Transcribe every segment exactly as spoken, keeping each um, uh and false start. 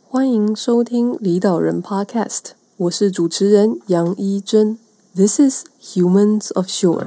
欢迎收听离岛人 Podcast， 我是主持人杨一真。This is Humans of Shore。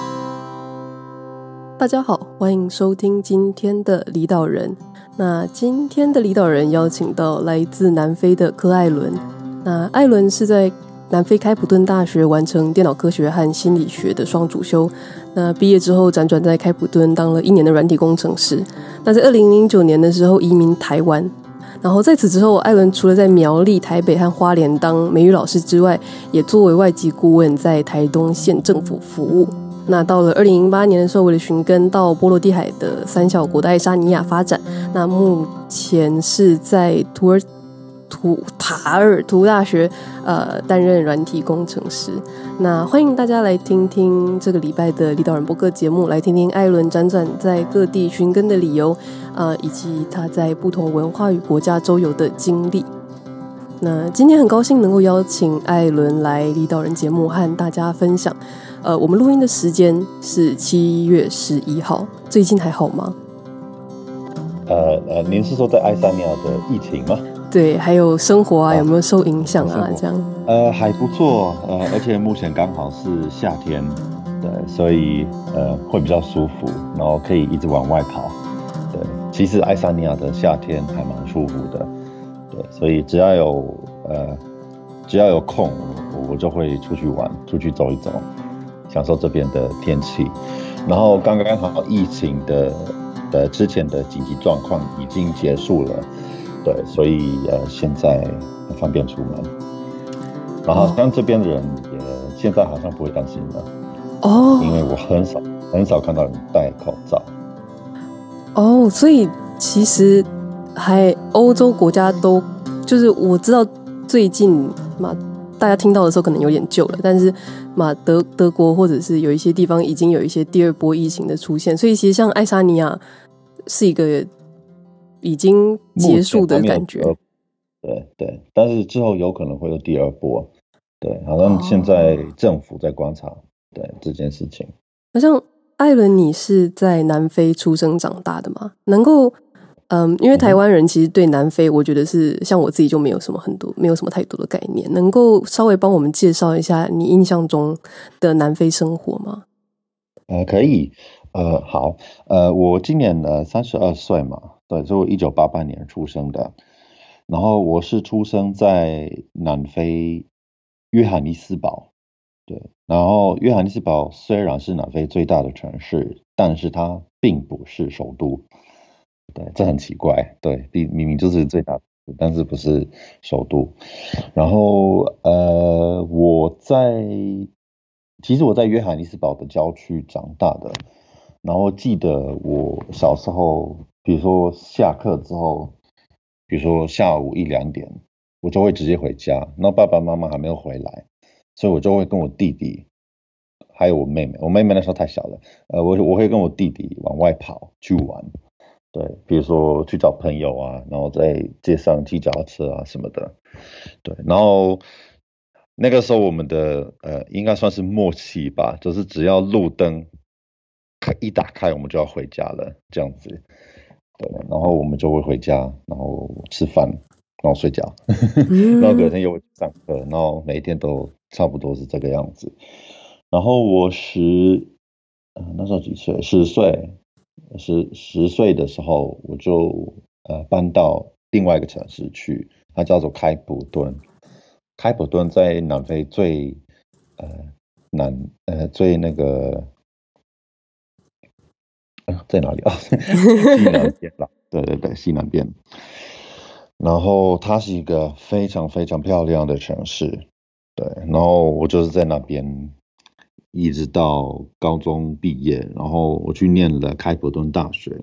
大家好，欢迎收听今天的离岛人。那今天的离岛人邀请到来自南非的柯艾伦。那艾伦是在南非开普敦大学完成电脑科学和心理学的双主修。那毕业之后辗转在开普敦当了一年的软体工程师。那在二零零九年的时候移民台湾。然后在此之后，艾伦除了在苗栗、台北和花莲当美语老师之外，也作为外籍顾问在台东县政府服务。那到了二零零八年的时候，为了寻根到波罗的海的三小国的爱沙尼亚发展。那目前是在土耳图塔尔图大学呃担任软体工程师。那欢迎大家来听听这个礼拜的离岛人播客节目，来听听艾伦辗转在各地寻根的理由，呃，以及他在不同文化与国家周游的经历。那今天很高兴能够邀请艾伦来离岛人节目和大家分享。呃，我们录音的时间是七月十一号，最近还好吗？ 呃呃，您是说在爱沙尼亚的疫情吗？ 对，还有生活啊，有没有受影响啊？这样， 呃，还不错，呃，而且目前刚好是夏天，对，所以呃会比较舒服，然后可以一直往外跑，对，其实爱沙尼亚的夏天还蛮舒服的，对，所以只要有呃只要有空，我我就会出去玩，出去走一走，享受这边的天气，然后刚刚好疫情的的之前的紧急状况已经结束了。对，所以呃，现在很方便出门，然后像这边的人也现在好像不会担心了哦，因为我很少很少看到人戴口罩。 哦，所以其实还欧洲国家都就是我知道最近嘛，大家听到的时候可能有点旧了，但是嘛德德国或者是有一些地方已经有一些第二波疫情的出现，所以其实像爱沙尼亚是一个已经结束的感觉， 对对，但是之后有可能会有第二波，对，好像现在政府在观察，对这件事情。 好像艾伦，你是在南非出生长大的吗？能够，嗯，因为台湾人其实对南非，我觉得是像我自己就没有什么很多，没有什么太多的概念，能够稍微帮我们介绍一下你印象中的南非生活吗？ 呃，可以，呃，好，呃，我今年呃三十二岁嘛。对，所以我一九八八年出生的，然后我是出生在南非约翰尼斯堡，对，然后约翰尼斯堡虽然是南非最大的城市，但是它并不是首都，对，这很奇怪，对，明明就是最大的，但是不是首都。然后呃，我在其实我在约翰尼斯堡的郊区长大的，然后记得我小时候。比如说下课之后，比如说下午一两点，我就会直接回家，然后爸爸妈妈还没有回来，所以我就会跟我弟弟，还有我妹妹，我妹妹那时候太小了，呃，我我会跟我弟弟往外跑去玩，对，比如说去找朋友啊，然后在街上骑脚踏车啊什么的，对，然后那个时候我们的呃应该算是默契吧，就是只要路灯一打开，我们就要回家了，这样子。对，然后我们就会回家，然后吃饭，然后睡觉，然后隔天又会上课，然后每一天都差不多是这个样子。然后我十，呃，那时候几岁？十岁，十十岁的时候，我就呃搬到另外一个城市去，它叫做开普敦。开普敦在南非最呃南呃最那个。在哪里啊？西南边啦，对对对，西南边。然后它是一个非常非常漂亮的城市，对。然后我就是在那边一直到高中毕业，然后我去念了开普敦大学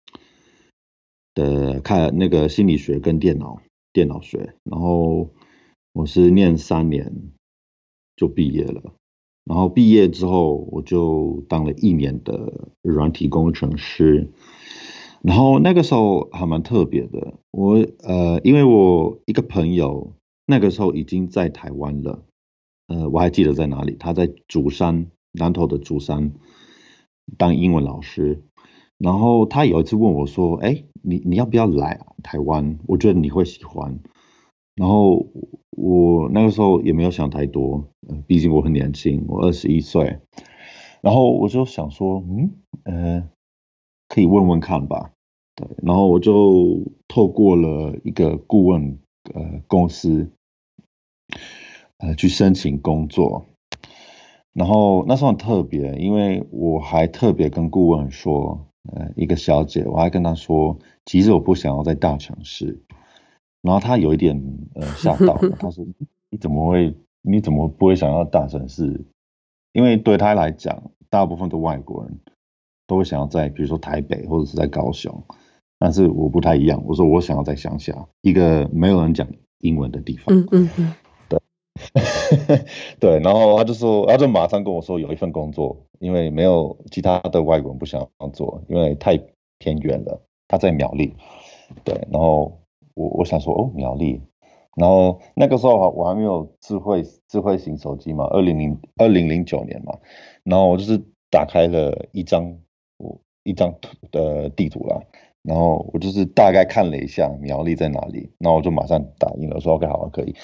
的看那个心理学跟电脑电脑学，然后我是念三年就毕业了。然后毕业之后，我就当了一年的软体工程师。然后那个时候还蛮特别的，我呃，因为我一个朋友那个时候已经在台湾了，呃，我还记得在哪里，他在竹山，南投的竹山当英文老师。 然后他有一次问我说：“哎，你你要不要来台湾？我觉得你会喜欢。”然后我那个时候也没有想太多，呃毕竟我很年轻，我二十一岁。然后我就想说，嗯，呃，可以问问看吧。对，然后我就透过了一个顾问呃公司，呃去申请工作。然后那时候很特别，因为我还特别跟顾问说，呃，一个小姐，我还跟她说，其实我不想要在大城市。然后她有一点呃吓到了，她说：“你怎么会？你怎么不会想要大城市？”因为对她来讲，大部分的外国人都会想要在比如说台北或者是在高雄，但是我不太一样，我说我想要在乡下，一个没有人讲英文的地方。 嗯嗯嗯。 对，然后他就说，他就马上跟我说有一份工作，因为没有其他的外国人不想要做，因为太偏远了。他在苗栗，对，然后我我想说，哦，苗栗，然后那个时候我还没有智慧智慧型手机嘛，二零零二零零九年嘛，然后我就是打开了一张我一张图的地图啦，然后我就是大概看了一下苗栗在哪里，然后我就马上打印了，说 OK 好啊，可以。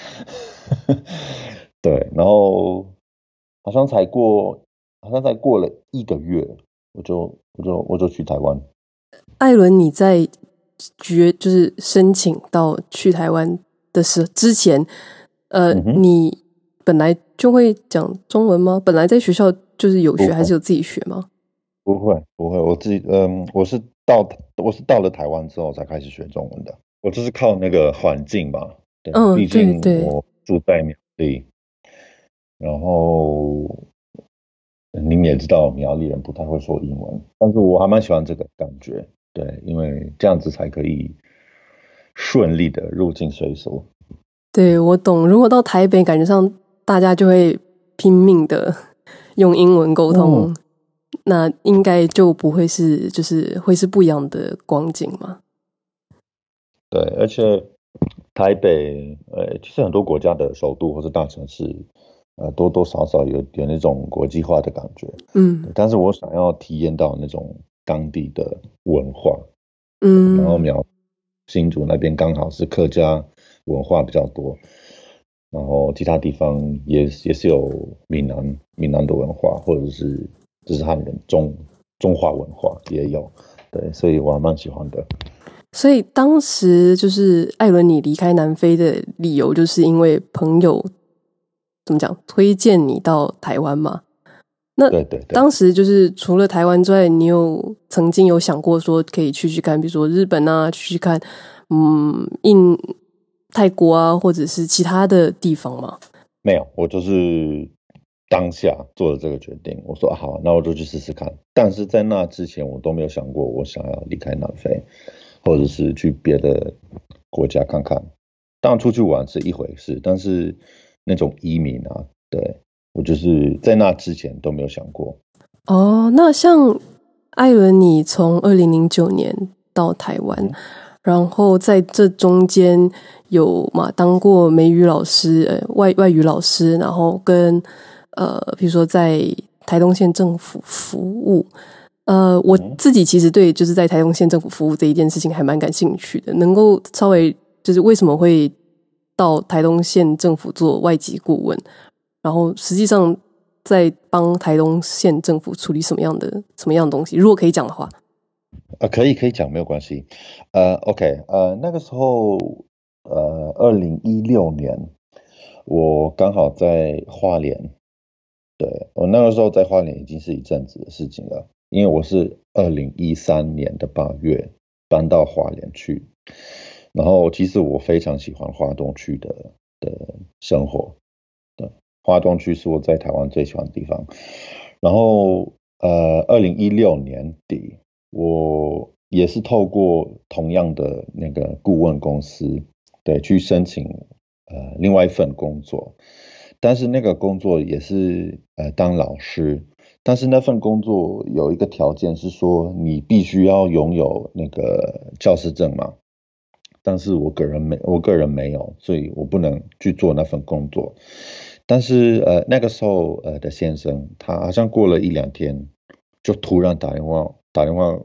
对，然后好像才过，好像才过了一个月，我就我就我就去台湾。 艾伦，你在决就是申请到去台湾的时之前，呃， 嗯哼， 你本来就会讲中文吗？本来在学校就是有学，还不会是有自己学吗？ 不会不会，我自己嗯，我是到我是到了台湾之后才开始学中文的。我就是靠那个环境吧，对， 嗯， 毕对对。 竟我住在苗栗，然后您也知道苗栗人不太会说英文，但是我还蛮喜欢这个感觉，对，因为这样子才可以顺利的入境随俗。 对，我懂。如果到台北，感觉上大家就会拼命的用英文沟嗯， 通，那应该就不会是就是会是不一样的光景嘛。 对，而且台北，呃，其实很多国家的首都或是大城市，呃，多多少少有有那种国际化的感觉。 嗯对，但是我想要体验到那种当地的文化，对，然后嗯。 苗新竹那边刚好是客家文化比较多，然后其他地方也也是有闽南闽南的文化，或者是就是汉人中中华文化也有，对，所以我还蛮喜欢的。 所以当时就是艾伦，你离开南非的理由，就是因为朋友怎么讲推荐你到台湾嘛？那对对对。 当时就是除了台湾之外，你有曾经有想过说可以去去看，比如说日本啊，去去看嗯印泰国啊，或者是其他的地方吗？ 没有，我就是当下做了这个决定。我说好，那我就去试试看。但是在那之前，我都没有想过我想要离开南非，或者是去别的国家看看。当然，出去玩是一回事，但是那种移民啊，对，我就是在那之前都没有想过。 哦，那像艾伦，你从二零零九年到台湾， 嗯然后在这中间有嘛当过美语老师、呃外外语老师，然后跟呃比如说在台东县政府服务。呃，我嗯自己其实对就是在台东县政府服务这一件事情还蛮感兴趣的，能够稍微就是为什么会到台东县政府做外籍顾问，然后实际上在帮台东县政府处理什么样的什么样的东西，如果可以讲的话。 呃，可以可以讲，没有关系。呃，OK，呃，那个时候，呃，二零一六年，我刚好在花莲。对，我那个时候在花莲已经是一阵子的事情了，因为我是二零一三年的八月搬到花莲去，然后其实我非常喜欢花东区的的生活，对，花东区是我在台湾最喜欢的地方。然后呃，二零一六年底，我也是透过同样的那个顾问公司，对，去申请呃另外一份工作。但是那个工作也是呃当老师，但是那份工作有一个条件是说你必须要拥有那个教师证嘛，但是我个人没我个人没有，所以我不能去做那份工作。但是呃那个时候呃的先生，他好像过了一两天，就突然打电话打电话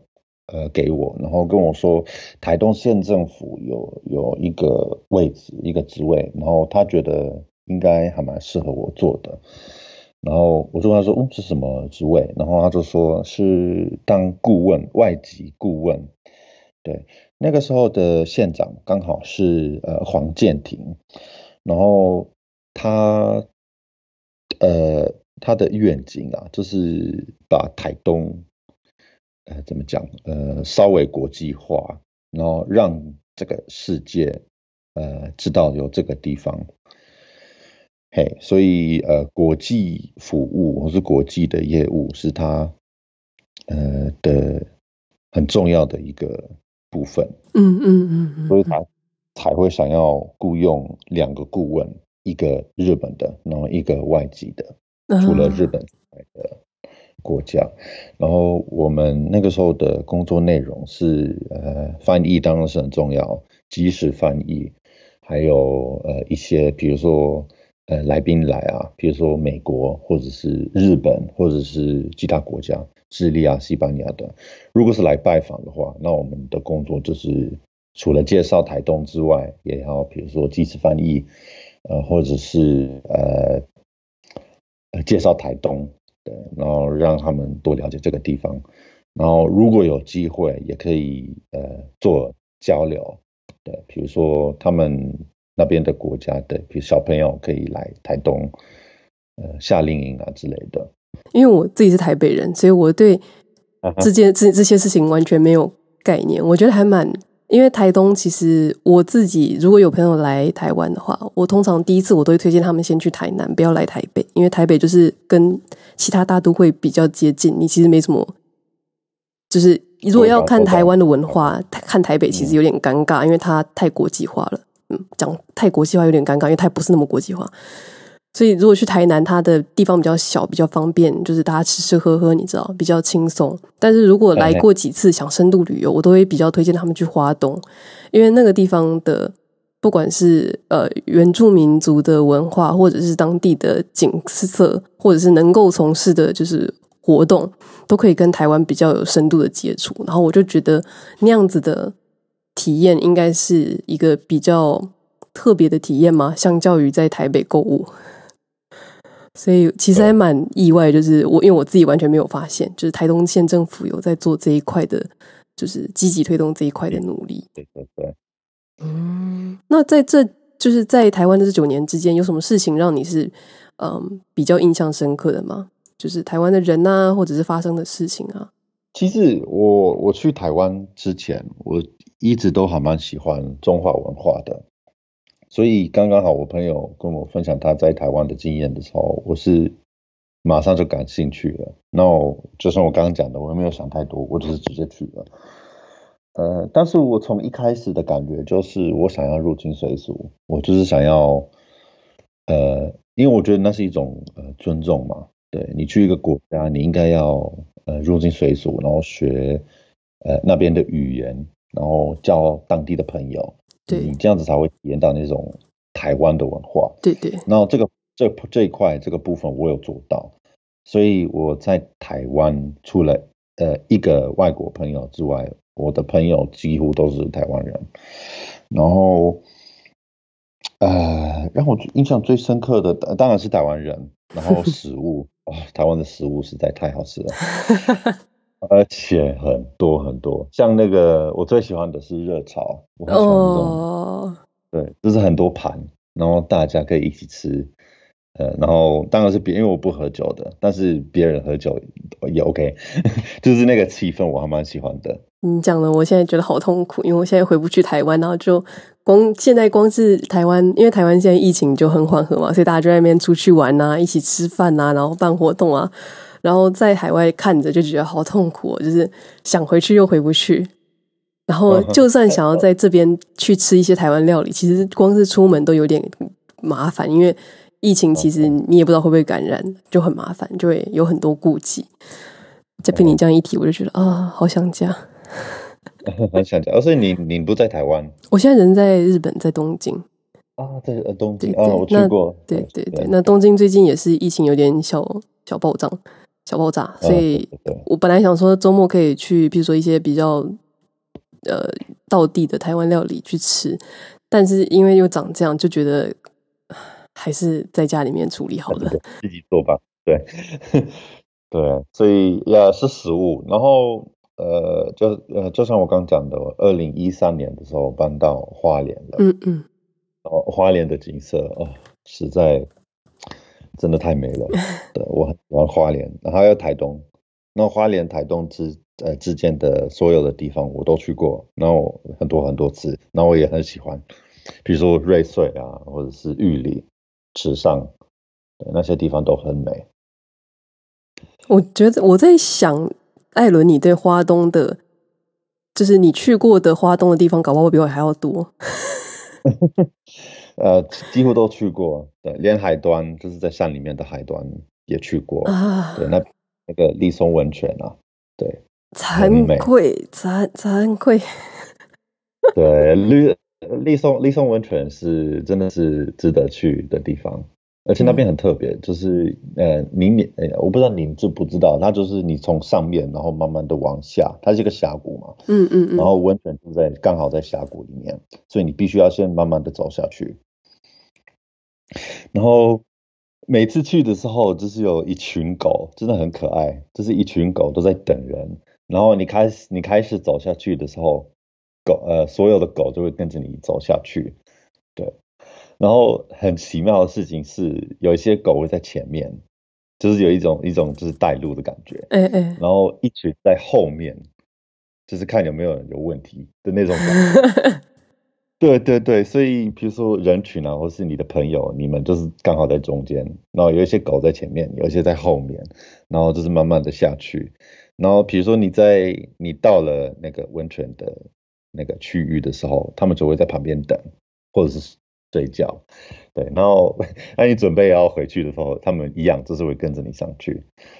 呃给我，然后跟我说台东县政府有有一个位置一个职位，然后他觉得应该还蛮适合我做的。然后我就跟他说，嗯，是什么职位？然后他就说是当顾问，外籍顾问。对，那个时候的县长刚好是呃黄建庭，然后他呃他的愿景啊，就是把台东呃怎么讲呃稍微国际化，然后让这个世界呃知道有这个地方。嘿，所以呃，国际服务或是国际的业务是他呃的很重要的一个部分， 嗯嗯嗯嗯嗯， 所以他才会想要雇佣两个顾问，一个日本的，然后一个外籍的，除了日啊， 本之外的国家。然后我们那个时候的工作内容是呃，翻译当然是很重要，即时翻译，还有呃一些比如说呃来宾来啊，比如说美国或者是日本或者是其他国家，智利啊、西班牙的，如果是来拜访的话，那我们的工作就是除了介绍台东之外，也要比如说即时翻译，呃或者是呃呃介绍台东。对，然后让他们多了解这个地方，然后如果有机会，也可以呃做交流，对，比如说他们那边的国家的，比如小朋友可以来台东，呃夏令营啊之类的。 因为我自己是台北人，所以我对啊哈， 这件这这些事情完全没有概念。我觉得还蛮，因为台东其实我自己如果有朋友来台湾的话，我通常第一次我都会推荐他们先去台南，不要来台北，因为台北就是跟其他大都会比较接近，你其实没什么，就是如果我要懂我懂， 看台湾的文化，看台北其实嗯， 有点尴尬，因为它太国际化了。嗯，讲太国际化有点尴尬，因为它不是那么国际化。所以如果去台南，它的地方比较小，比较方便，就是大家吃吃喝喝，你知道，比较轻松。但是如果来嘿嘿， 过几次想深度旅游，我都会比较推荐他们去花东，因为那个地方的不管是呃原住民族的文化，或者是当地的景色，或者是能够从事的就是活动，都可以跟台湾比较有深度的接触。然后我就觉得那样子的体验应该是一个比较特别的体验嘛，相较于在台北购物。所以其实还对蛮意外，就是我因为我自己完全没有发现，就是台东县政府有在做这一块的，就是积极推动这一块的努力。 对对对。 嗯，那在这就是在台湾的这九年之间，有什么事情让你是嗯比较印象深刻的吗？就是台湾的人啊，或者是发生的事情啊？ 其实我我去台湾之前，我一直都还蛮喜欢中华文化的，所以刚刚好我朋友跟我分享他在台湾的经验的时候，我是马上就感兴趣了。那我就像我刚刚讲的，我没有想太多，我只是直接去了。呃，但是我从一开始的感觉就是我想要入境随俗，我就是想要，呃，因为我觉得那是一种呃尊重嘛。对，你去一个国家，你应该要呃入境随俗，然后学呃那边的语言，然后交当地的朋友， 对你这样子才会体验到那种台湾的文化。 对对， 然后这个这这一块这个部分我有做到，所以我在台湾除了呃一个外国朋友之外，我的朋友几乎都是台湾人。然后呃，让我印象最深刻的呃当然是台湾人，然后食物啊、台湾的食物实在太好吃了，而且很多很多，像那个我最喜欢的是热炒，我很喜欢这种， 哦， 对，就是很多盘，然后大家可以一起吃，呃，然后当然是别因为我不喝酒的，但是别人喝酒也 OK，就是那个气氛我还蛮喜欢的。 你讲了，我现在觉得好痛苦，因为我现在回不去台湾，然后就光现在光是台湾，因为台湾现在疫情就很缓和嘛，所以大家就在那边出去玩啊，一起吃饭啊，然后办活动啊，然后在海外看着就觉得好痛苦哦，就是想回去又回不去，然后就算想要在这边去吃一些台湾料理，其实光是出门都有点麻烦，因为疫情其实你也不知道会不会感染，就很麻烦，就会有很多顾忌。再被你这样一提，我就觉得啊，好想家。 很想讲，而且你你不在台湾我现在人在日本，在东京。 啊，在呃东京啊， 对对， 我去那过，对对对对， 对， 那东京最近也是疫情有点小小暴涨。 小爆炸， 呃所以对对我本来想说周末可以去，比如说一些比较呃道地的台湾料理去吃，但是因为又长这样，就觉得还是在家里面处理好了。 对对，自己做吧。对对，所以呀是食物，然后呃就呃就像我刚讲的，二零一三年的时候搬到花莲了， 嗯嗯， 然后花莲的景色哦，实在真的太美了。对，我很喜欢花莲，然后还有台东，那花莲、台东之呃之间的所有的地方我都去过，然后很多很多次，然后我也很喜欢，比如说瑞穗啊，或者是玉里、池上，对那些地方都很美。 我觉得我在想，艾伦，你对花东的，就是你去过的花东的地方，搞不好比我还要多。 呃，几乎都去过，对，连海端就是在山里面的海端也去过，对， 啊， 那那个丽松温泉啊，对，很惭美。 愧，惭惭愧。 对，丽丽松丽松温泉是真的是值得去的地方，而且那边嗯很特别，就是呃，你你呃，我不知道你知不知道，它就是你从上面然后慢慢的往下，它是一个峡谷嘛， 嗯嗯嗯， 然后温泉就在刚好在峡谷里面，所以你必须要先慢慢的走下去，然后每次去的时候，就是有一群狗，真的很可爱，就是一群狗都在等人。然后你开始你开始走下去的时候，狗呃所有的狗就会跟着你走下去。对，然后很奇妙的事情是，有一些狗会在前面，就是有一种一种就是带路的感觉， 哎哎， 然后一群在后面，就是看有没有人有问题的那种感觉。对对对，所以比如说人群啊，或是你的朋友，你们就是刚好在中间，然后有一些狗在前面，有一些在后面，然后就是慢慢的下去，然后比如说你在你到了那个温泉的那个区域的时候，他们就会在旁边等，或者是睡觉，对，然后当你准备要回去的时候，他们一样就是会跟着你上去。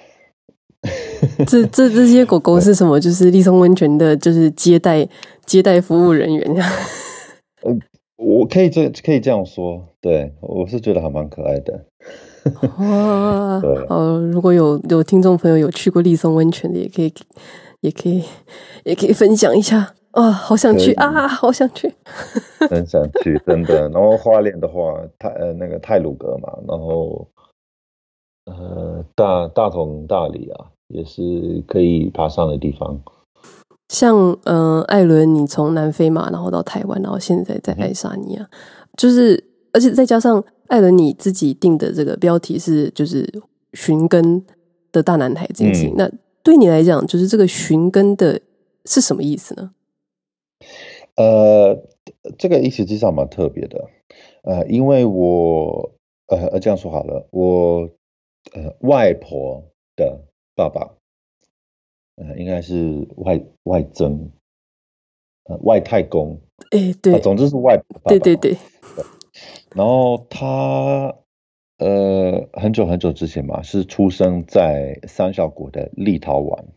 这这这些狗狗是什么？就是丽松温泉的，就是接待接待服务人员。 呃，我可以这可以这样说，对，我是觉得还蛮可爱的。 哇， 对， 呃，如果有有听众朋友有去过丽松温泉的，也可以，也可以，也可以分享一下啊，好想可以。 去啊，好想去。 很想去，真的。然后花莲的话，泰呃那个太鲁阁嘛，然后呃大大同、大理啊，也是可以爬上的地方。 像呃，艾伦，你从南非嘛，然后到台湾，然后现在在嗯哼， 爱沙尼亚，就是而且再加上艾伦你自己定的这个标题是就是寻根的大男孩这件事情， 嗯， 那对你来讲，就是这个寻根的是什么意思呢？ 呃，这个意思实际上蛮特别的，呃，因为我呃呃这样说好了，我呃外婆的爸爸，呃应该是外外曾呃外太公， 哎， 啊、 对， 总之是外婆的爸爸嘛。 对对对， 然后他呃很久很久之前嘛，是出生在三小国的立陶宛。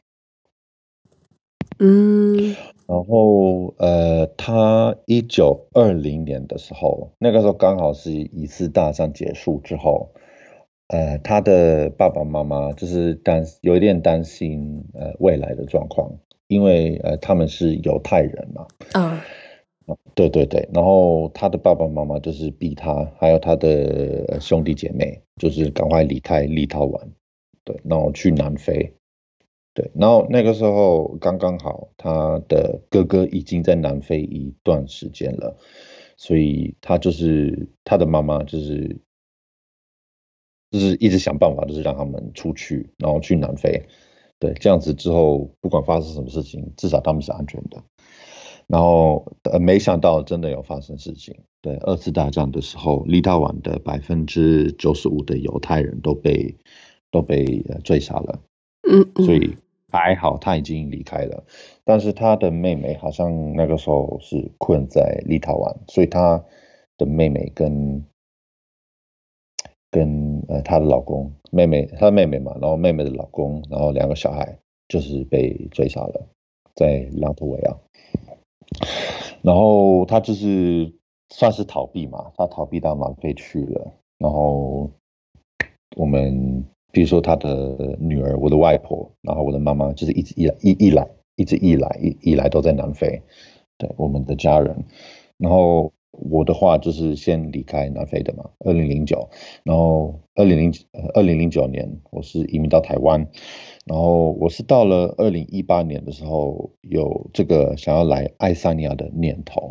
嗯然后呃，他一九二零年的时候，那个时候刚好是一次大战结束之后，呃，他的爸爸妈妈就是担有一点担心呃未来的状况，因为呃他们是犹太人嘛。 啊， 对对对，然后他的爸爸妈妈就是逼他，还有他的呃兄弟姐妹，就是赶快离开立陶宛，对，然后去南非，对，然后那个时候刚刚好，他的哥哥已经在南非一段时间了，所以他就是他的妈妈就是就是一直想办法，就是让他们出去，然后去南非，对，这样子之后不管发生什么事情，至少他们是安全的。然后呃，没想到真的有发生事情。对，二次大战的时候，立陶宛的百分之九十五的犹太人都被都被呃追杀了， 嗯嗯， 所以还好他已经离开了。但是他的妹妹好像那个时候是困在立陶宛，所以他的妹妹跟跟呃她的老公，妹妹她的妹妹嘛，然后妹妹的老公，然后两个小孩就是被追杀了，在拉脱维亚。然后他就是算是逃避嘛，他逃避到南非去了。然后我们比如说他的女儿，我的外婆，然后我的妈妈，就是一直以来一一来一直以来一以来都在南非，对我们的家人。然后我的话就是先离开南非的嘛，二零零九，然后二零零二零零九年我是移民到台湾，然后我是到了二零一八年的时候有这个想要来爱沙尼亚的念头。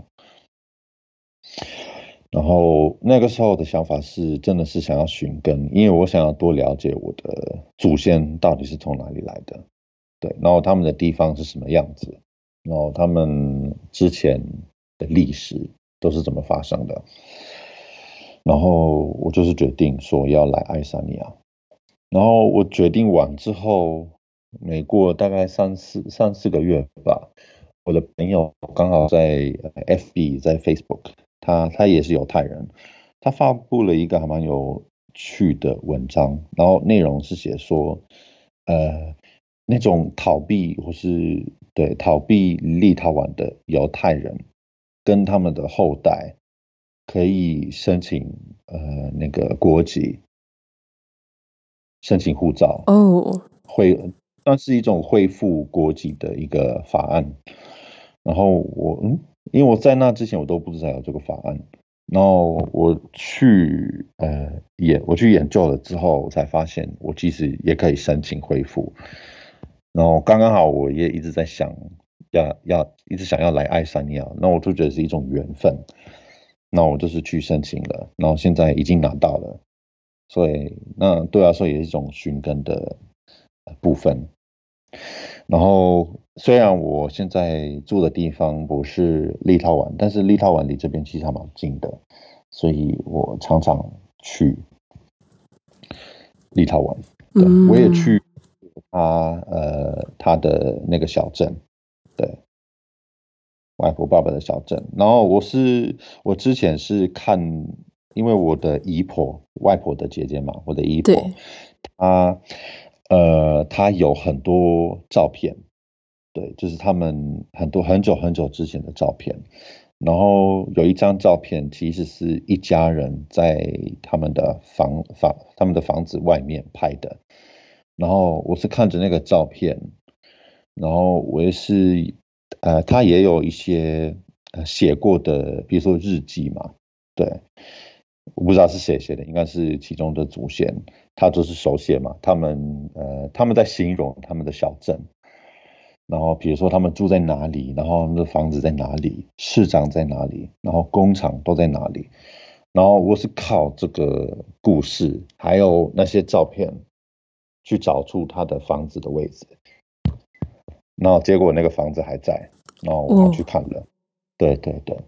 然后那个时候的想法是，真的是想要寻根，因为我想要多了解我的祖先到底是从哪里来的，对，然后他们的地方是什么样子，然后他们之前的历史都是怎么发生的，然后我就是决定说要来爱沙尼亚，然后我决定完之后，没过大概三四三四个月吧，我的朋友刚好在呃 F B 在 Facebook。他他也是犹太人，他发布了一个还蛮有趣的文章，然后内容是写说，呃，那种逃避或是对逃避立陶宛的犹太人，跟他们的后代可以申请呃那个国籍，申请护照， 哦， 会算是一种恢复国籍的一个法案。然后我嗯，因为我在那之前我都不知道有这个法案，然后我去呃也我去研究了之后，我才发现我其实也可以申请恢复。然后刚刚好我也一直在想要要一直想要来爱沙尼亚，那我就觉得是一种缘分。那我就是去申请了，然后现在已经拿到了，所以那对我来说也是一种寻根的呃部分。然后虽然我现在住的地方不是立陶宛，但是立陶宛离这边其实还蛮近的，所以我常常去立陶宛。对，我也嗯， 去他呃他的那个小镇，对，外婆爸爸的小镇。然后我是我之前是看，因为我的姨婆，外婆的姐姐嘛，我的姨婆， 对， 她呃她有很多照片，对，就是他们很多很久很久之前的照片。然后有一张照片，其实是一家人在他们的房房他们的房子外面拍的。然后我是看着那个照片，然后我也是呃，他也有一些呃写过的，比如说日记嘛，对，我不知道是谁写的，应该是其中的祖先，他就是手写嘛，他们呃他们在形容他们的小镇。然后比如说他们住在哪里，然后他们的房子在哪里，市长在哪里，然后工厂都在哪里。然后我是靠这个故事，还有那些照片，去找出他的房子的位置。然后结果那个房子还在，然后我还去哦， 看了。对对对，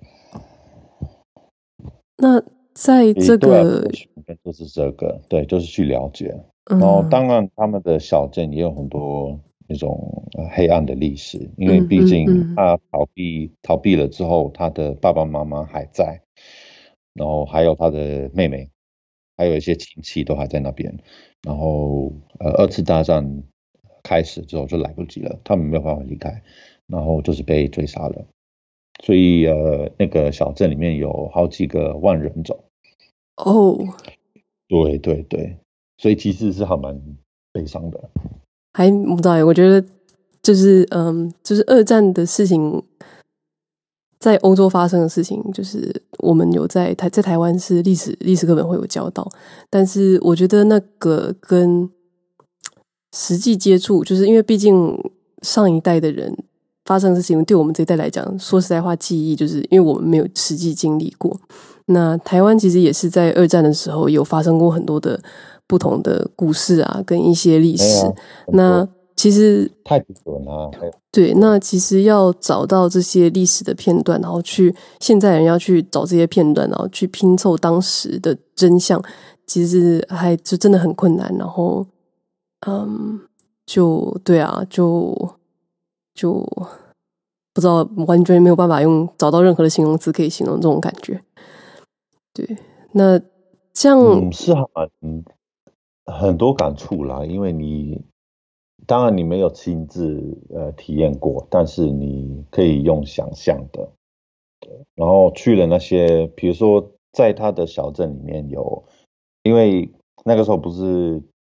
那在所以对我来这个， 说，学分就是这个，对，就是去了解。然后嗯当然他们的小镇也有很多那种呃黑暗的历史，因为嗯毕竟嗯嗯， 他逃避逃避了之后，他的爸爸妈妈还在，然后还有他的妹妹，还有一些亲戚都还在那边。然后呃，二次大战开始之后就来不及了，他们没有办法离开，然后就是被追杀了。所以呃，那个小镇里面有好几个万人冢。 哦， 对对对，所以其实是还蛮悲伤的。 还不知道耶，我觉得就是嗯，就是二战的事情，在欧洲发生的事情，就是我们有在台在台湾是历史历史课本会有教到，但是我觉得那个跟实际接触，就是因为毕竟上一代的人发生的事情，对我们这一代来讲，说实在话，记忆就是因为我们没有实际经历过。那台湾其实也是在二战的时候有发生过很多的不同的故事啊，跟一些历史。 没有啊，很那多其实太平轮啊，还有对， 对， 那其实要找到这些历史的片段，然后去现在人要去找这些片段，然后去拼凑当时的真相，其实还就真的很困难。然后，嗯，就对啊，就就不知道，完全没有办法用找到任何的形容词可以形容这种感觉。对，那这样， 嗯，是还蛮嗯很多感触啦，因为你当然你没有亲自呃体验过，但是你可以用想象的。然后去了那些，比如说在他的小镇里面有，因为那个时候不是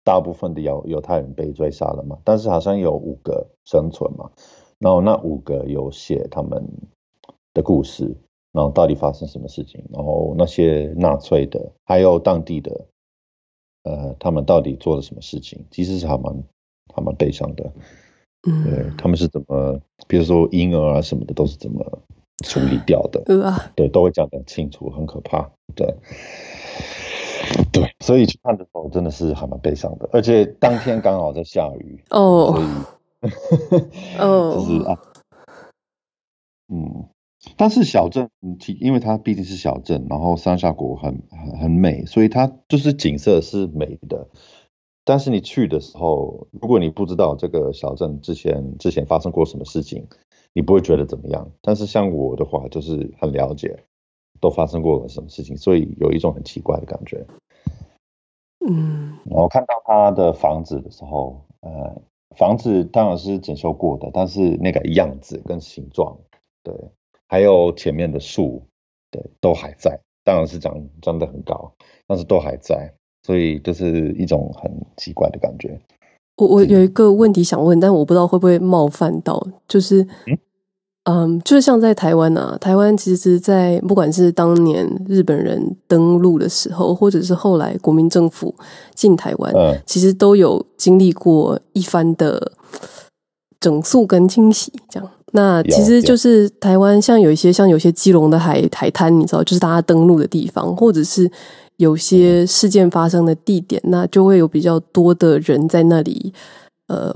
大部分的犹犹太人被追杀了嘛，但是好像有五个生存嘛，然后那五个有写他们的故事，然后到底发生什么事情，然后那些纳粹的还有当地的，呃，他们到底做了什么事情，其实是还蛮还蛮悲伤的。对， 嗯， 他们是怎么，比如说婴儿啊什么的，都是怎么处理掉的？ 呃啊， 对，都会讲得很清楚，很可怕。对，对，所以去看的时候真的是还蛮悲伤的，而且当天刚好在下雨， 哦所以就是哦， 啊，嗯，但是小镇，嗯其因为它毕竟是小镇，然后山下国很很很美，所以它就是景色是美的。但是你去的时候，如果你不知道这个小镇之前之前发生过什么事情，你不会觉得怎么样。但是像我的话，就是很了解都发生过了什么事情，所以有一种很奇怪的感觉。 嗯然后看到他的房子的时候，呃，房子当然是整修过的，但是那个样子跟形状，对，还有前面的树，对，都还在。当然是长长得很高，但是都还在，所以就是一种很奇怪的感觉。 我我有嗯一个问题想问，但我不知道会不会冒犯到，就是嗯嗯，就是像在台湾啊，台湾其实在不管是当年日本人登陆的时候，或者是后来国民政府进台湾， 嗯， 其实都有经历过一番的整肃跟清洗，这样。那其有有， 实就是台湾像有一些像有些基隆的海海滩，你知道，就是大家登陆的地方，或者是有嗯些事件发生的地点，那就会有比较多的人在那里，呃，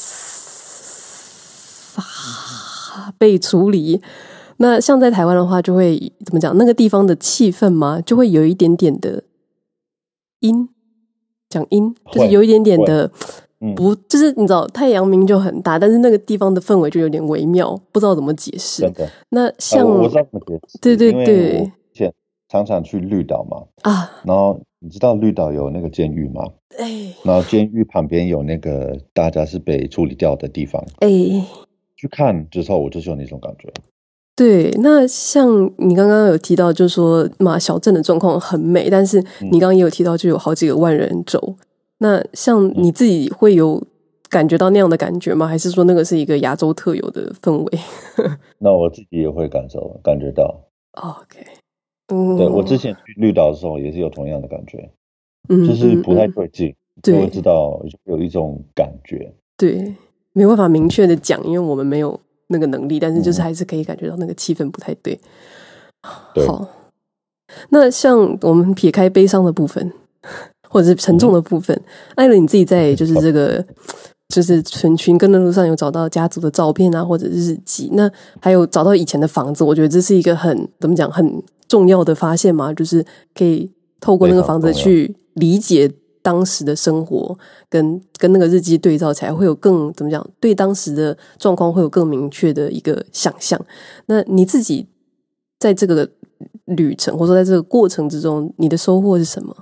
被处理。那像在台湾的话，就会怎么讲？那个地方的气氛嘛，就会有一点点的阴，讲阴，就是会有一点点会， 的嗯， 不，就是你知道太阳明就很大，但是那个地方的氛围就有点微妙，不知道怎么解释。 真的。呃， 那像， 我我知道怎么解释， 对对因为我对之前常常去绿岛嘛， 啊， 然后你知道绿岛有那个监狱吗？ 哎然后监狱旁边有那个大家是被处理掉的地方， 哎， 去看之后我就是有那种感觉。 对，那像你刚刚有提到，就是说嘛，小镇的状况很美，但是嗯你刚刚也有提到，就有好几个万人轴。那像嗯， 你自己会有感觉到那样的感觉吗？还是说那个是一个亚洲特有的氛围那我自己也会感受感觉到， ？OK， 对，我之嗯前去绿岛的时候也是有同样的感觉，就嗯是不太嗯嗯， 对劲，就会对知道有一种感觉。 对，没有办法明确的讲，因为我们没有那个能力，但是就是嗯， 还是可以感觉到那个气氛不太对。 对， 好，那像我们撇开悲伤的部分，或者是沉嗯哼， 重的部分，艾伦你自己在就是这个就是群群跟的路上有找到家族的照片啊，或者是日记，那还有找到以前的房子，我觉得这是一个很怎么讲很重要的发现嘛，就是可以透过那非个房子常重要。 去理解当时的生活，跟跟那个日记对照起来，会有更怎么讲，对当时的状况会有更明确的一个想象。那你自己在这个旅程，或者说在这个过程之中，你的收获是什么？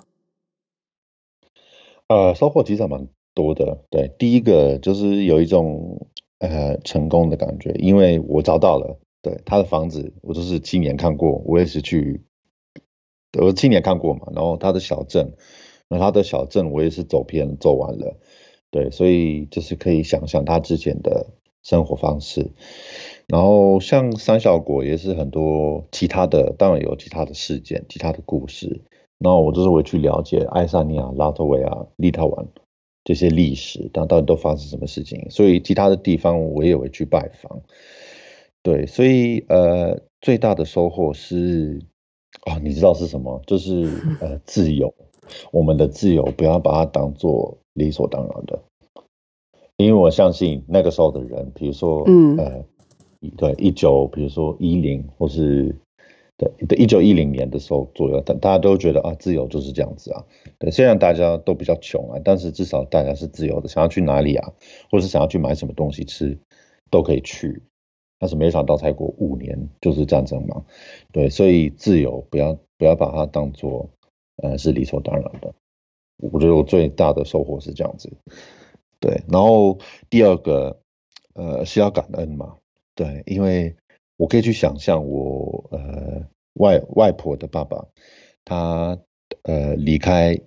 呃，收获其实还蛮多的。对，第一个就是有一种呃成功的感觉，因为我找到了，对，他的房子，我就是亲眼看过，我也是去，我亲眼看过嘛。然后他的小镇，那他的小镇我也是走遍走完了，对，所以就是可以想象他之前的生活方式。然后像三小国也是很多其他的，当然有其他的事件、其他的故事。然后我就是会去了解爱沙尼亚、拉脱维亚、立陶宛这些历史，但到底都发生什么事情。所以其他的地方我也会去拜访。对，所以呃，最大的收获是，哦，你知道是什么？就是呃，自由。我们的自由不要把它当做理所当然的，因为我相信那个时候的人，比如说嗯呃，对，一九，比如说一零或是对对，一九一零年的时候左右，但大家都觉得啊，自由就是这样子啊。对，虽然大家都比较穷啊，但是至少大家是自由的，想要去哪里啊，或是想要去买什么东西吃，都可以去。但是没想到才过五年就是战争嘛，对，所以自由不要不要把它当做呃是理所当然的。我觉得我最大的收获是这样子。对，然后第二个，呃，是要感恩嘛，对，因为我可以去想象我呃外外婆的爸爸，他呃离开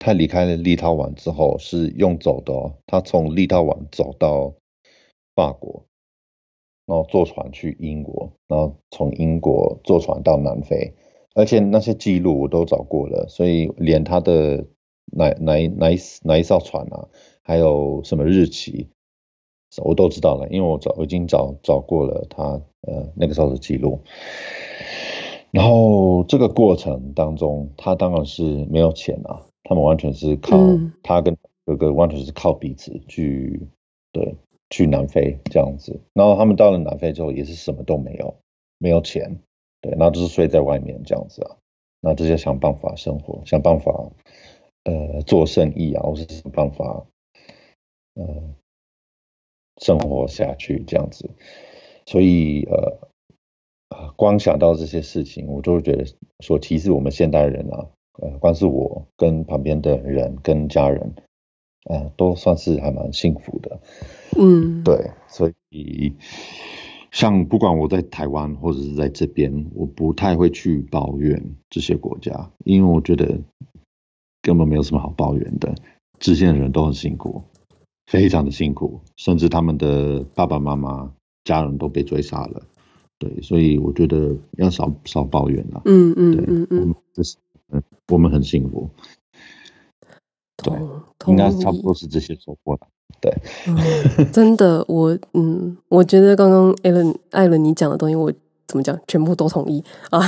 他离开了立陶宛之后是用走的哦，他从立陶宛走到法国，然后坐船去英国，然后从英国坐船到南非，而且那些记录我都找过了，所以连他的哪哪一哪一哪一艘船啊，还有什么日期，我都知道了，因为我找我已经找找过了他呃那个时候的记录。然后这个过程当中，他当然是没有钱啊，他们完全是靠、 嗯他跟哥哥完全是靠彼此去对去南非这样子。然后他们到了南非之后，也是什么都没有，没有钱，对，然后就是睡在外面这样子啊，那这些想办法生活，想办法呃做生意啊，或是想办法呃生活下去这样子。所以呃啊，光想到这些事情，我就会觉得说，其实我们现代人啊，呃，光是我跟旁边的人、跟家人，呃，都算是还蛮幸福的。 嗯对，所以像不管我在台湾或者是在这边，我不太会去抱怨这些国家，因为我觉得根本没有什么好抱怨的。这些人都很辛苦，非常的辛苦，甚至他们的爸爸妈妈、家人都被追杀了。对，所以我觉得要少少抱怨啦。 嗯嗯对， 嗯嗯， 我们这是嗯，我们很幸福。对， 同应该同意差不多。是这些收获了。对， 嗯，真的，我嗯，我觉得刚刚艾伦艾伦你讲的东西，我怎么讲，全部都同意啊。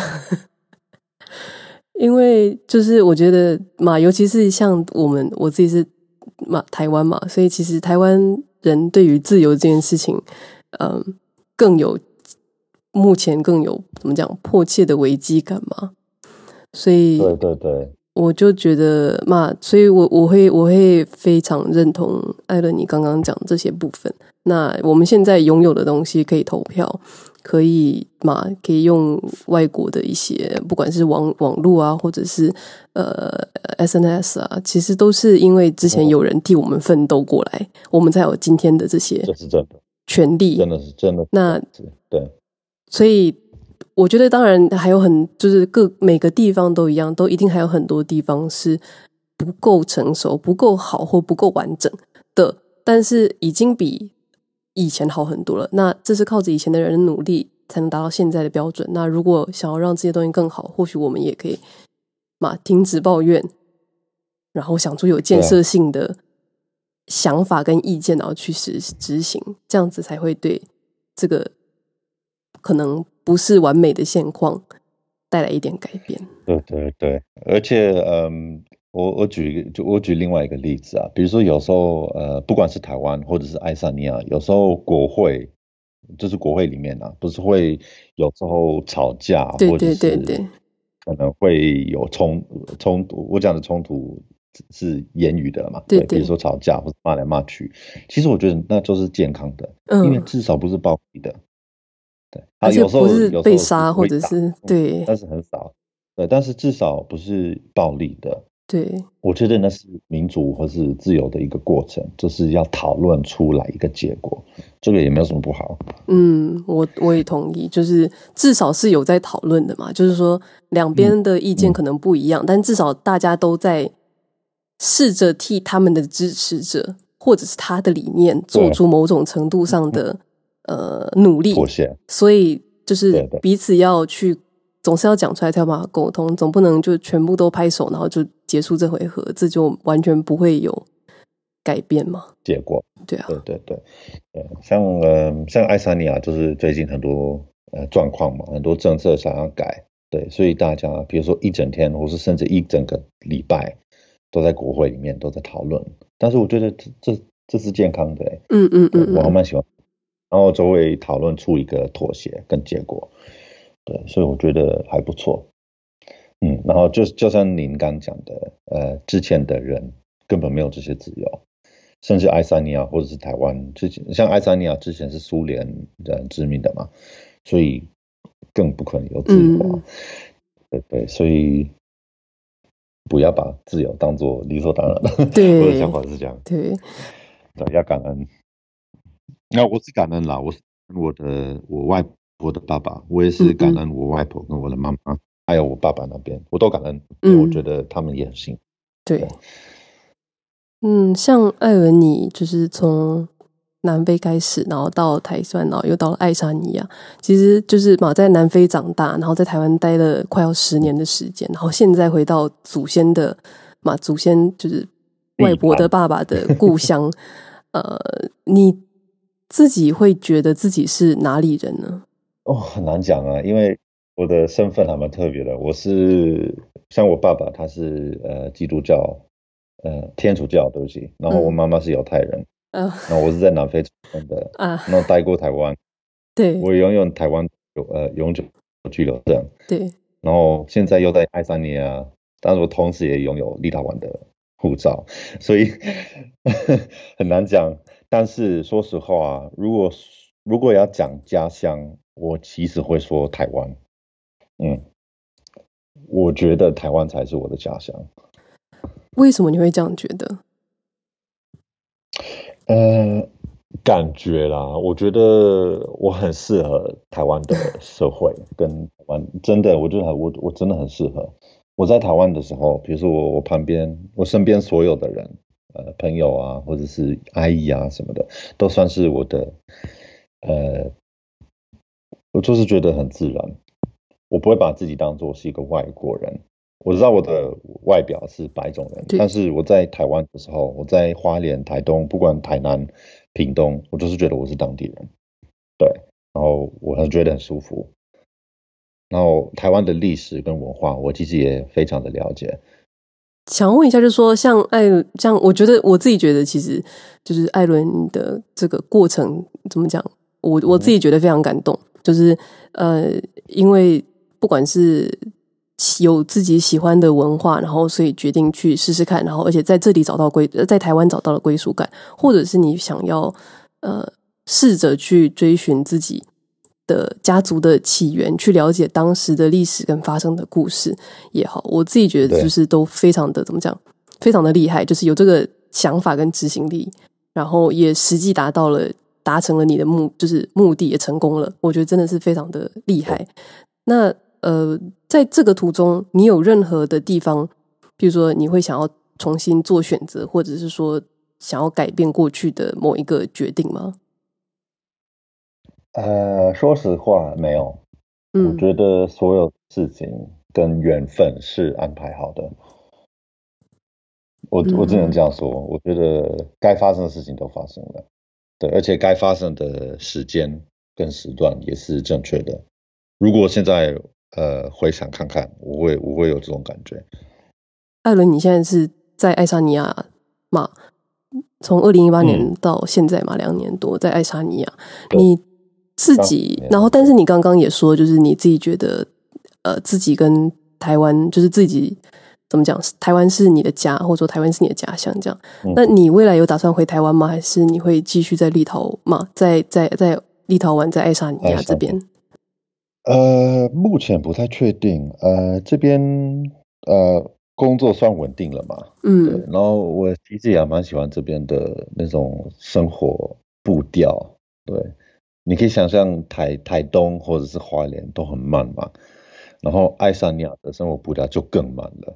因为就是我觉得嘛，尤其是像我们我自己是嘛台湾嘛，所以其实台湾人对于自由这件事情，嗯，更有目前更有怎么讲迫切的危机感嘛，所以对对对， 我就觉得嘛，所以我我会我会非常认同艾伦你刚刚讲这些部分。那我们现在拥有的东西可以投票，可以嘛，可以用外国的一些，不管是网网络啊，或者是呃 S N S 啊，其实都是因为之前有人替我们奋斗过来，我们才有今天的这些这是真的， 权利。 真的是真的是这那样子。对， 所以我觉得当然还有很就是各每个地方都一样，都一定还有很多地方是不够成熟、不够好或不够完整的，但是已经比以前好很多了。那这是靠着以前的人的努力才能达到现在的标准。那如果想要让这些东西更好，或许我们也可以嘛停止抱怨，然后想出有建设性的想法跟意见，然后去实执行，这样子才会对这个可能不是完美的现况带来一点改变。 对对对，而且嗯，我我举一个，就我举另外一个例子啊，比如说有时候呃，不管是台湾或者是爱沙尼亚，有时候国会就是国会里面啊，不是会有时候吵架， 对或者对对对是可能会有冲冲突。我讲的冲突是言语的嘛， 对对，比如对， 说吵架或者骂来骂去，其实我觉得那就是健康的，因为嗯， 至少不是暴力的。对，啊， 而且有时不是候有时候是被杀，或会打， 者是嗯， 对但是很少。对，但是至少不是暴力的。 对， 我觉得那是民主或是自由的一个过程，就是要讨论出来一个结果，这个也没有什么不好。 嗯，我我也同意，就是至少是有在讨论的嘛，就是说两嗯边的意见嗯， 可能不一样，但至少大家都在试着替他们的支持者或者是他的理念做对， 出某种程度上嗯， 的呃努力， 妥协， 所以就是对对彼此要去总是要讲出来才有办法沟通，总不能就全部都拍手然后就结束这回合，这就完全不会有改变嘛。 结果， 对啊， 对对对，呃，像呃像爱沙尼亚就是最近很多呃状况嘛，很多政策想要改，对，所以大家比如说一整天或是甚至一整个礼拜都在国会里面都在讨论，但是我觉得这这这是健康的欸， 嗯嗯对，我还嗯嗯， 蛮喜欢，然后就会讨论出一个妥协跟结果，对，所以我觉得还不错。嗯，然后就就像您刚讲的，呃，之前的人根本没有这些自由，甚至爱沙尼亚或者是台湾之前，像爱沙尼亚之前是苏联人殖民的嘛，所以更不可能有自由啊。 嗯， 对对，所以不要把自由当做理所当然的。我的想对法是这样， 对， 对，要感恩。那我是感恩啦，我是我的我外婆的爸爸，我也是嗯嗯感恩我外婆跟我的妈妈，还有我爸爸那边，我都感恩，因为我觉嗯， 得他们也很幸福。 对，嗯，像艾伦，你就是从南非开始，然后到台湾，然后又到了爱沙尼亚，其实就是嘛，在南非长大，然后在台湾待了快要十年的时间，然后现在回到祖先的嘛，祖先就是外婆的爸爸的故乡，呃，你自己会觉得自己是哪里人呢？ 哦，很难讲啊，因为我的身份还蛮特别的。我是像我爸爸，他是呃基督教，呃天主教，对不起。然后我嗯， 妈妈是犹太人， 呃那我是在南非出生的， 啊， 然后待过台湾， 对我拥有台湾有呃永久居留证， 对， 然后现在又在爱沙尼亚，但是我同时也拥有立陶宛的护照，所以很难讲。但是说实话，如果如果要讲家乡，我其实会说台湾。嗯，我觉得台湾才是我的家乡。 为什么你会这样觉得？ 呃，感觉啦，我觉得我很适合台湾的社会，跟台湾真的，我觉得很我我真的很适合。我在台湾的时候，比如说我我旁边我身边所有的人，呃，朋友啊，或者是阿姨啊什么的，都算是我的，呃，我就是觉得很自然，我不会把自己当做是一个外国人。我知道我的外表是白种人，但对。 是我在台湾的时候，我在花莲、台东，不管台南、屏东，我就是觉得我是当地人，对，然后我还觉得很舒服。然后台湾的历史跟文化，我其实也非常的了解。 想问一下，就是说，像艾，像我觉得我自己觉得，其实就是艾伦的这个过程怎么讲，我我自己觉得非常感动。就是呃，因为不管是有自己喜欢的文化，然后所以决定去试试看，然后而且在这里找到归，在台湾找到了归属感，或者是你想要呃试着去追寻自己的家族的起源，去了解当时的历史跟发生的故事也好，我自己觉得就是都非常的怎么讲，非常的厉害，就是有这个想法跟执行力，然后也实际达到了，达成了你的目，就是目的也成功了，我觉得真的是非常的厉害。那呃，在这个途中，你有任何的地方，比如说你会想要重新做选择，或者是说想要改变过去的某一个决定吗？ 呃，说实话，没有。我嗯觉得所有事情跟缘分是安排好的。我我只能这嗯， 样说。我觉得该发生的事情都发生了，对，而且该发生的时间跟时段也是正确的。如果现在呃回想看看，我会我会有这种感觉。 艾伦，你现在是在爱沙尼亚嘛？从二零一八嗯， 年到现在嘛，两年多在爱沙尼亚， 对， 你自刚己，然后年，对， 但是你刚刚也说，就是你自己觉得，呃，自己跟台湾，就是自己怎么讲，台湾是你的家，或者说台湾是你的家乡，这样。 嗯， 那你未来有打算回台湾吗？还是你会继续在立陶嘛，在在在立陶宛，在爱沙尼爱上面。 亚这边？ 呃，目前不太确定。呃，这边呃工作算稳定了嘛？对， 嗯， 然后我其实也蛮喜欢这边的那种生活步调。对，你可以想象台台东或者是花莲都很慢嘛，然后爱沙尼亚的生活步调就更慢了。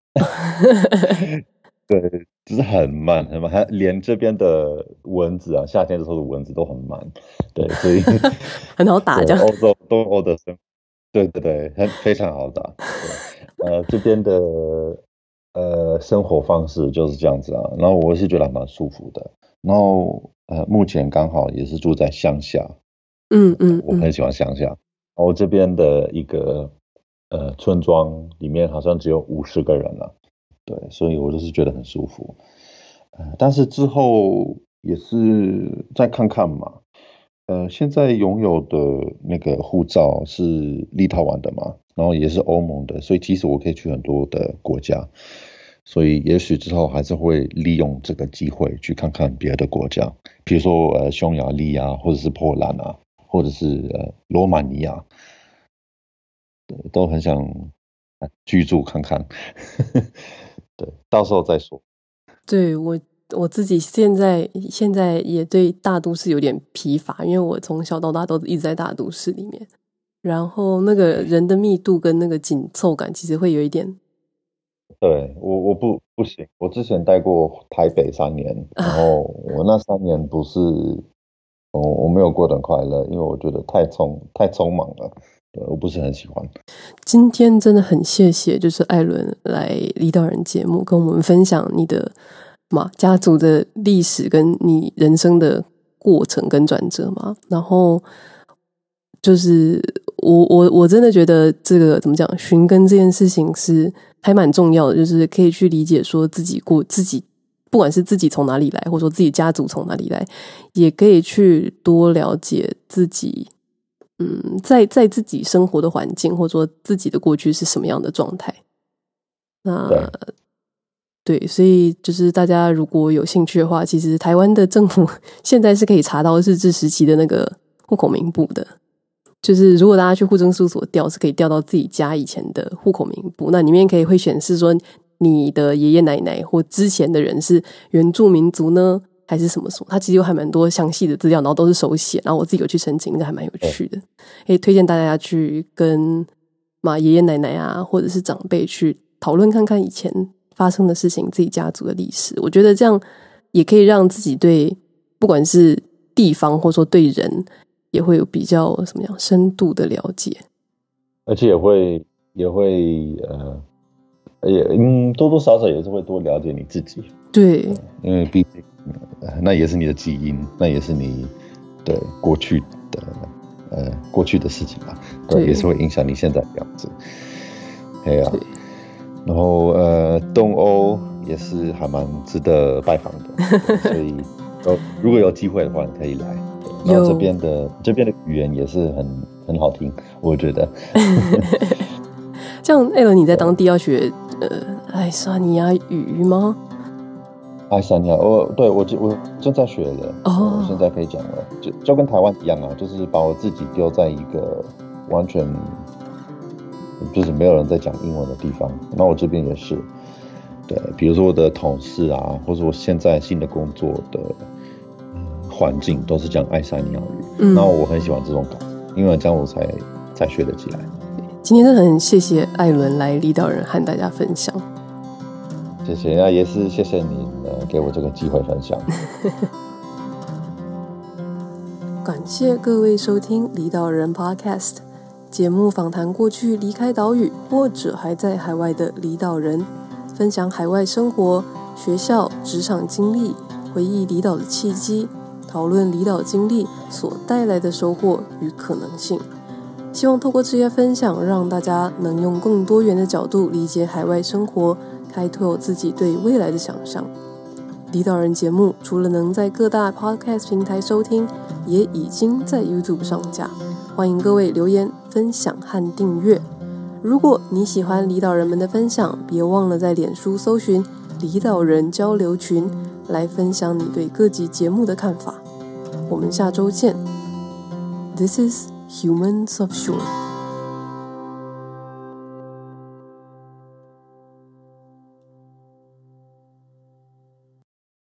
对，就是很慢很慢，还连这边的蚊子啊，夏天的时候的蚊子都很慢。对，所以很好打这样。 对欧洲东欧的生，对对对，很非常好打。对，呃，这边的呃生活方式就是这样子啊，然后我是觉得还蛮舒服的。然后呃，目前刚好也是住在乡下， 嗯嗯嗯。 我很喜欢乡下。然后这边的一个呃村庄里面好像只有五十个人了。对，所以我就是觉得很舒服。呃，但是之后也是再看看嘛。呃，现在拥有的那个护照是立陶宛的嘛，然后也是欧盟的，所以其实我可以去很多的国家。所以也许之后还是会利用这个机会去看看别的国家，比如说呃匈牙利啊，或者是波兰啊，或者是呃罗马尼亚，对，都很想呃居住看看。对，到时候再说。 对，我我自己现在现在也对大都市有点疲乏，因为我从小到大都一直在大都市里面，然后那个人的密度跟那个紧凑感，其实会有一点对，我我不不行，我之前待过台北三年，然后我那三年不是，我我没有过得很快乐，因为我觉得太匆太匆忙了，对，我不是很喜欢。 今天真的很谢谢，就是艾伦来离岛人节目，跟我们分享你的嘛家族的历史，跟你人生的过程跟转折嘛。然后就是我我我真的觉得这个怎么讲，寻根这件事情是还蛮重要的，就是可以去理解说自己过自己，不管是自己从哪里来，或者说自己家族从哪里来，也可以去多了解自己。嗯，在在自己生活的环境，或者说自己的过去是什么样的状态。那对，对，所以就是大家如果有兴趣的话，其实台湾的政府现在是可以查到日治时期的那个户口名簿的。就是如果大家去户政事务所调，是可以调到自己家以前的户口名簿，那里面可以会显示说你的爷爷奶奶或之前的人是原住民族呢，还是什么什么，它其实有还蛮多详细的资料，然后都是手写，然后我自己有去申请，那个还蛮有趣的，可以推荐大家去跟嘛爷爷奶奶啊，或者是长辈去讨论看看以前发生的事情，自己家族的历史。我觉得这样也可以让自己对不管是地方或者说对人也会有比较什么样深度的了解， 而且也会也会呃也嗯多多少少也是会多了解你自己。 对， 因为毕竟那也是你的基因，那也是你对过去的呃过去的事情吧，对，对也是会影响你现在的样子。哎呀、啊，然后呃东欧也是还蛮值得拜访的，所以如果有机会的话，你可以来。然后这边的这边的语言也是很很好听，我觉得。 这样，艾伦，你在当地要学呃爱沙尼亚语吗？ 爱沙尼亚，我对我我正在学了，哦，我现在可以讲了，就就跟台湾一样啊，就是把我自己丢在一个完全就是没有人在讲英文的地方。那我这边也是，对，比如说我的同事啊，或者我现在新的工作的。环境都是讲爱沙尼亚语，嗯，那我很喜欢这种感觉，因为这样我才才学得起来。 今天真的很谢谢艾伦来离岛人和大家分享， 谢谢，那也是谢谢你呃给我这个机会分享。 感谢各位收听离岛人 Podcast 节目，访谈过去离开岛屿或者还在海外的离岛人，分享海外生活、学校、职场经历，回忆离岛的契机。讨论离岛经历所带来的收获与可能性，希望透过这些分享，让大家能用更多元的角度理解海外生活，开拓自己对未来的想象。离岛人节目除了能在各大 podcast 平台收听，也已经在 YouTube 上架，欢迎各位留言、分享和订阅。如果你喜欢离岛人们的分享，别忘了在脸书搜寻离岛人交流群，来分享你对各集节目的看法。我们下周见。This is Humans of Shore.